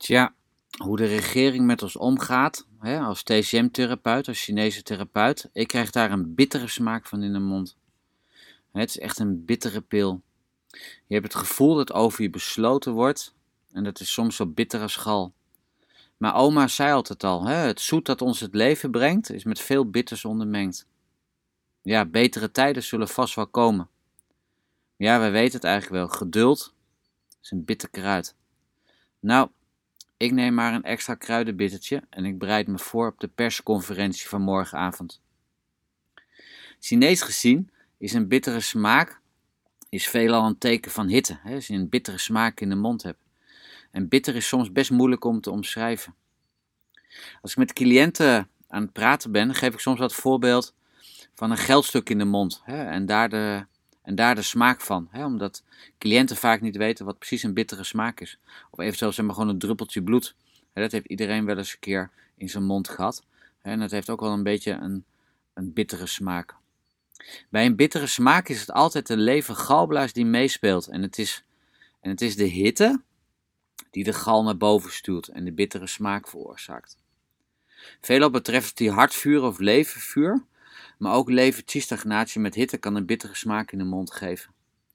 Tja, hoe de regering met ons omgaat, hè, als TCM-therapeut, als Chinese therapeut, ik krijg daar een bittere smaak van in de mond. Het is echt een bittere pil. Je hebt het gevoel dat over je besloten wordt en dat is soms zo bitter als gal. Maar oma zei altijd al, hè, het zoet dat ons het leven brengt is met veel bitters ondermengd. Ja, betere tijden zullen vast wel komen. Ja, we weten het eigenlijk wel, geduld is een bitter kruid. Nou, ik neem maar een extra kruidenbittertje en ik bereid me voor op de persconferentie van morgenavond. Chinees gezien is een bittere smaak veelal een teken van hitte, hè, als je een bittere smaak in de mond hebt. En bitter is soms best moeilijk om te omschrijven. Als ik met cliënten aan het praten ben, geef ik soms wat voorbeeld van een geldstuk in de mond, hè, en daar de smaak van. Hè, omdat cliënten vaak niet weten wat precies een bittere smaak is. Of eventueel zeg maar gewoon een druppeltje bloed. Hè, dat heeft iedereen wel eens een keer in zijn mond gehad. Hè, en dat heeft ook wel een beetje een bittere smaak. Bij een bittere smaak is het altijd de levergalblaas die meespeelt. En het is de hitte die de gal naar boven stuurt en de bittere smaak veroorzaakt. Veelal betreft die hartvuur of levervuur, maar ook levertiestagnatie met hitte kan een bittere smaak in de mond geven.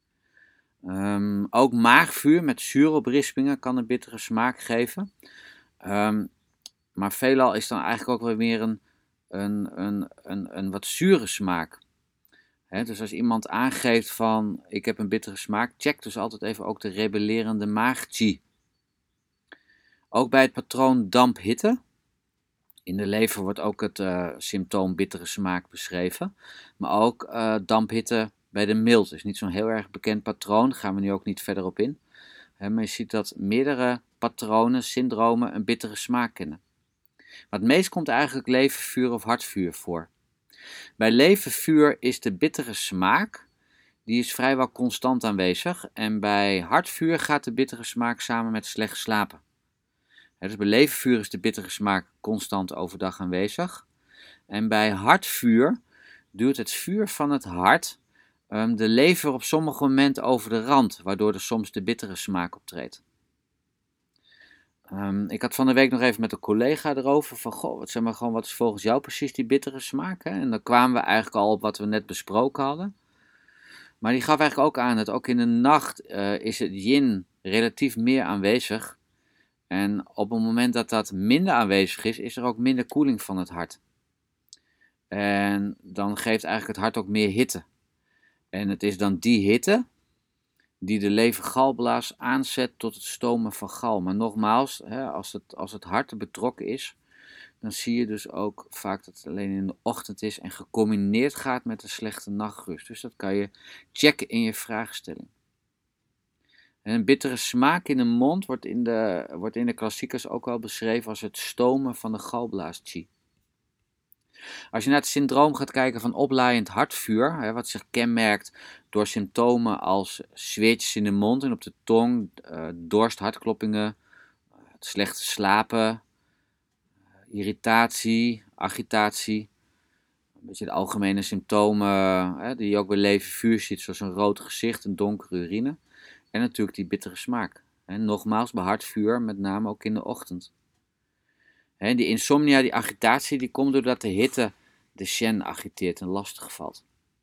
Ook maagvuur met zuuroperispingen kan een bittere smaak geven. Maar veelal is dan eigenlijk ook wel weer een wat zure smaak. Dus als iemand aangeeft van ik heb een bittere smaak, check dus altijd even ook de rebellerende maag-chi. Ook bij het patroon damp-hitte. In de lever wordt ook het symptoom bittere smaak beschreven. Maar ook damphitte bij de milt is niet zo'n heel erg bekend patroon. Daar gaan we nu ook niet verder op in. Maar je ziet dat meerdere patronen, syndromen, een bittere smaak kennen. Maar het meest komt eigenlijk levervuur of hartvuur voor. Bij levervuur is de bittere smaak, die is vrijwel constant aanwezig. En bij hartvuur gaat de bittere smaak samen met slecht slapen. Dus bij levervuur is de bittere smaak constant overdag aanwezig. En bij hartvuur duwt het vuur van het hart de lever op sommige momenten over de rand, waardoor er soms de bittere smaak optreedt. Ik had van de week nog even met een collega erover van, wat is volgens jou precies die bittere smaak? Hè? En dan kwamen we eigenlijk al op wat we net besproken hadden. Maar die gaf eigenlijk ook aan dat ook in de nacht is het yin relatief meer aanwezig. En op het moment dat dat minder aanwezig is, is er ook minder koeling van het hart. En dan geeft eigenlijk het hart ook meer hitte. En het is dan die hitte die de levergalblaas aanzet tot het stomen van gal. Maar nogmaals, als het hart betrokken is, dan zie je dus ook vaak dat het alleen in de ochtend is en gecombineerd gaat met een slechte nachtrust. Dus dat kan je checken in je vraagstelling. En een bittere smaak in de mond wordt in de klassiekers ook wel beschreven als het stomen van de galblaas-chi. Als je naar het syndroom gaat kijken van oplaaiend hartvuur, wat zich kenmerkt door symptomen als zweetjes in de mond en op de tong, dorst, hartkloppingen, het slechte slapen, irritatie, agitatie, een beetje de algemene symptomen die je ook bij levervuur ziet, zoals een rood gezicht, een donkere urine en natuurlijk die bittere smaak. En nogmaals, bij hartvuur, met name ook in de ochtend. Die insomnia, die agitatie, die komt doordat de hitte de shen agiteert en lastig valt.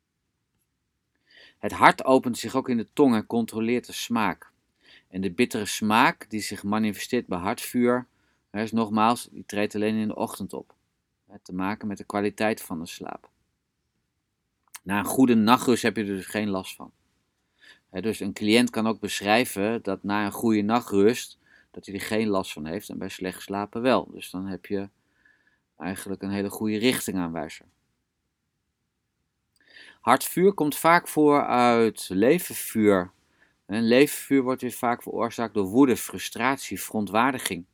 Het hart opent zich ook in de tong en controleert de smaak. En de bittere smaak die zich manifesteert bij hartvuur, is nogmaals, die treedt alleen in de ochtend op. Te maken met de kwaliteit van de slaap. Na een goede nachtrust heb je er dus geen last van. Dus een cliënt kan ook beschrijven dat na een goede nachtrust dat hij er geen last van heeft en bij slecht slapen wel. Dus dan heb je eigenlijk een hele goede richtingaanwijzer. Hartvuur komt vaak voor uit levervuur. En levervuur wordt weer vaak veroorzaakt door woede, frustratie, verontwaardiging.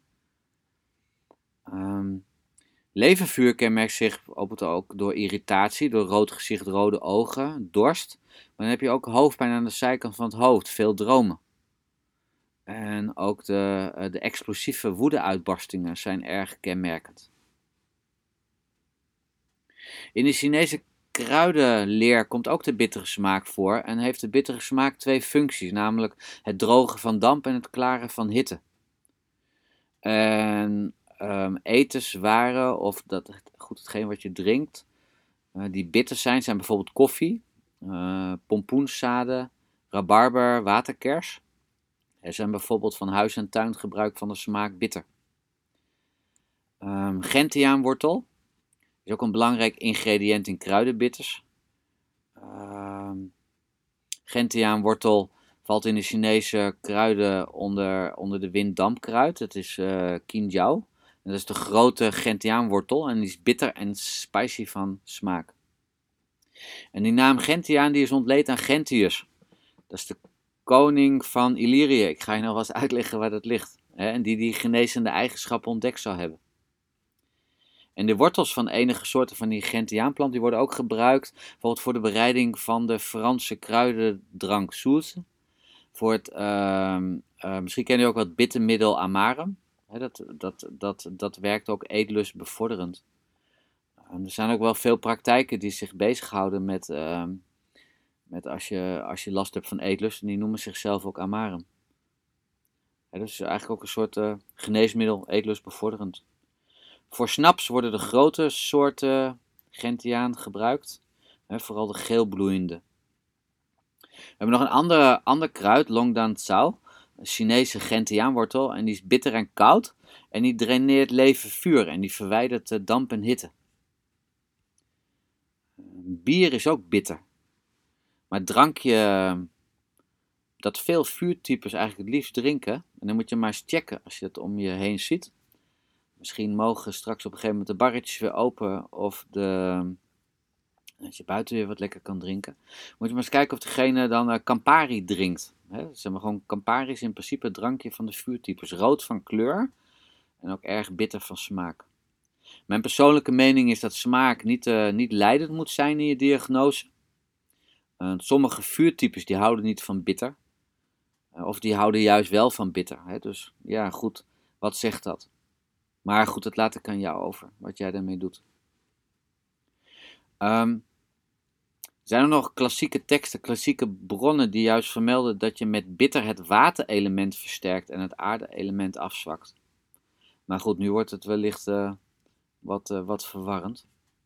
Levervuur kenmerkt zich ook door irritatie, door rood gezicht, rode ogen, dorst. Maar dan heb je ook hoofdpijn aan de zijkant van het hoofd, veel dromen. En ook de explosieve woedeuitbarstingen zijn erg kenmerkend. In de Chinese kruidenleer komt ook de bittere smaak voor en heeft de bittere smaak twee functies, namelijk het drogen van damp en het klaren van hitte. En etenswaren of hetgeen wat je drinkt, die bitter zijn bijvoorbeeld koffie, pompoenzaden, rabarber, waterkers. Er zijn bijvoorbeeld van huis- en tuingebruik van de smaak bitter. Gentiaanwortel is ook een belangrijk ingrediënt in kruidenbitters. Gentiaanwortel valt in de Chinese kruiden onder de wind dampkruid. Het is Qinjiao. Dat is de grote gentiaanwortel en die is bitter en spicy van smaak. En die naam Gentiaan die is ontleend aan Gentius. Dat is de koning van Illyrië. Ik ga je nog wel eens uitleggen waar dat ligt. En die genezende eigenschappen ontdekt zou hebben. En de wortels van enige soorten van die gentiaanplant die worden ook gebruikt bijvoorbeeld voor de bereiding van de Franse kruidendrank sauce. Voor het, misschien ken je ook wel het bittermiddel Amarum. Dat werkt ook eetlust bevorderend. Er zijn ook wel veel praktijken die zich bezighouden met als je last hebt van eetlust. En die noemen zichzelf ook Amarum. Dus eigenlijk ook een soort geneesmiddel, eetlust bevorderend. Voor snaps worden de grote soorten gentiaan gebruikt. Vooral de geelbloeiende. We hebben nog een ander kruid, Longdan Zhao. Een Chinese gentiaanwortel. En die is bitter en koud. En die draineert leven vuur. En die verwijdert damp en hitte. Bier is ook bitter. Maar het drankje dat veel vuurtypes eigenlijk het liefst drinken. En dan moet je maar eens checken als je het om je heen ziet. Misschien mogen straks op een gegeven moment de barretjes weer open. Of als je buiten weer wat lekker kan drinken. Moet je maar eens kijken of degene dan Campari drinkt. Zeg maar gewoon Campari is in principe het drankje van de vuurtypes. Rood van kleur en ook erg bitter van smaak. Mijn persoonlijke mening is dat smaak niet leidend moet zijn in je diagnose. Sommige vuurtypes die houden niet van bitter. Of die houden juist wel van bitter. Dus ja, goed, wat zegt dat? Maar goed, dat laat ik aan jou over, wat jij daarmee doet. Zijn er nog klassieke teksten, klassieke bronnen die juist vermelden dat je met bitter het waterelement versterkt en het aarde-element afzwakt? Maar goed, nu wordt het wellicht wat verwarrend.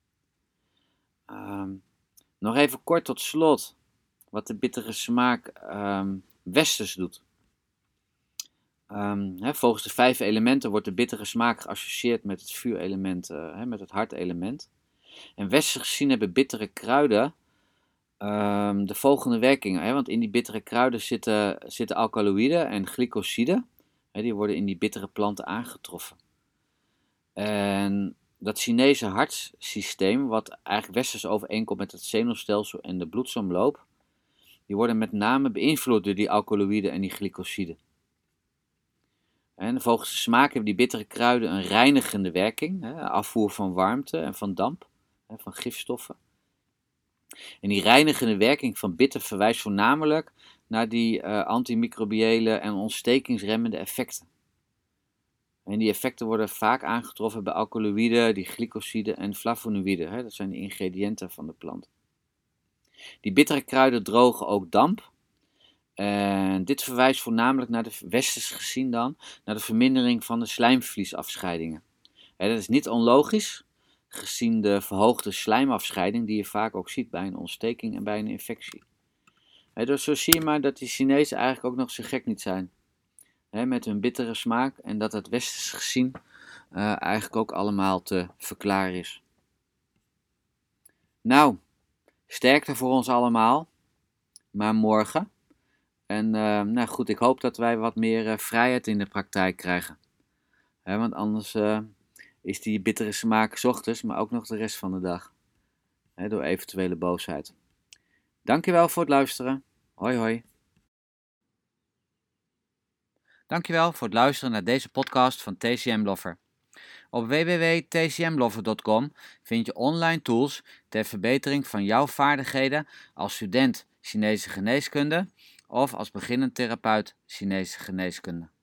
Nog even kort tot slot wat de bittere smaak westers doet. Volgens de 5 elementen wordt de bittere smaak geassocieerd met het vuurelement, met het hartelement. En westers gezien hebben bittere kruiden de volgende werkingen. Want in die bittere kruiden zitten alkaloïden en glycosiden. Die worden in die bittere planten aangetroffen. En dat Chinese hartsysteem, wat eigenlijk westers overeenkomt met het zenuwstelsel en de bloedsomloop, die worden met name beïnvloed door die alkaloïden en die glycosiden. En volgens de smaak hebben die bittere kruiden een reinigende werking, afvoer van warmte en van damp, van gifstoffen. En die reinigende werking van bitter verwijst voornamelijk naar die antimicrobiële en ontstekingsremmende effecten. En die effecten worden vaak aangetroffen bij alkaloïden, die glycosiden en flavonoïden. Dat zijn de ingrediënten van de plant. Die bittere kruiden drogen ook damp. En dit verwijst voornamelijk naar de westers gezien dan, naar de vermindering van de slijmvliesafscheidingen. Dat is niet onlogisch, gezien de verhoogde slijmafscheiding die je vaak ook ziet bij een ontsteking en bij een infectie. Dus zo zie je maar dat die Chinezen eigenlijk ook nog zo gek niet zijn. Met hun bittere smaak en dat het westers gezien eigenlijk ook allemaal te verklaren is. Nou, sterkte voor ons allemaal, maar morgen. En goed, ik hoop dat wij wat meer vrijheid in de praktijk krijgen. Want anders is die bittere smaak 's ochtends, maar ook nog de rest van de dag. Door eventuele boosheid. Dankjewel voor het luisteren. Hoi hoi. Dankjewel voor het luisteren naar deze podcast van TCM Lover. Op www.tcmlover.com vind je online tools ter verbetering van jouw vaardigheden als student Chinese geneeskunde of als beginnend therapeut Chinese geneeskunde.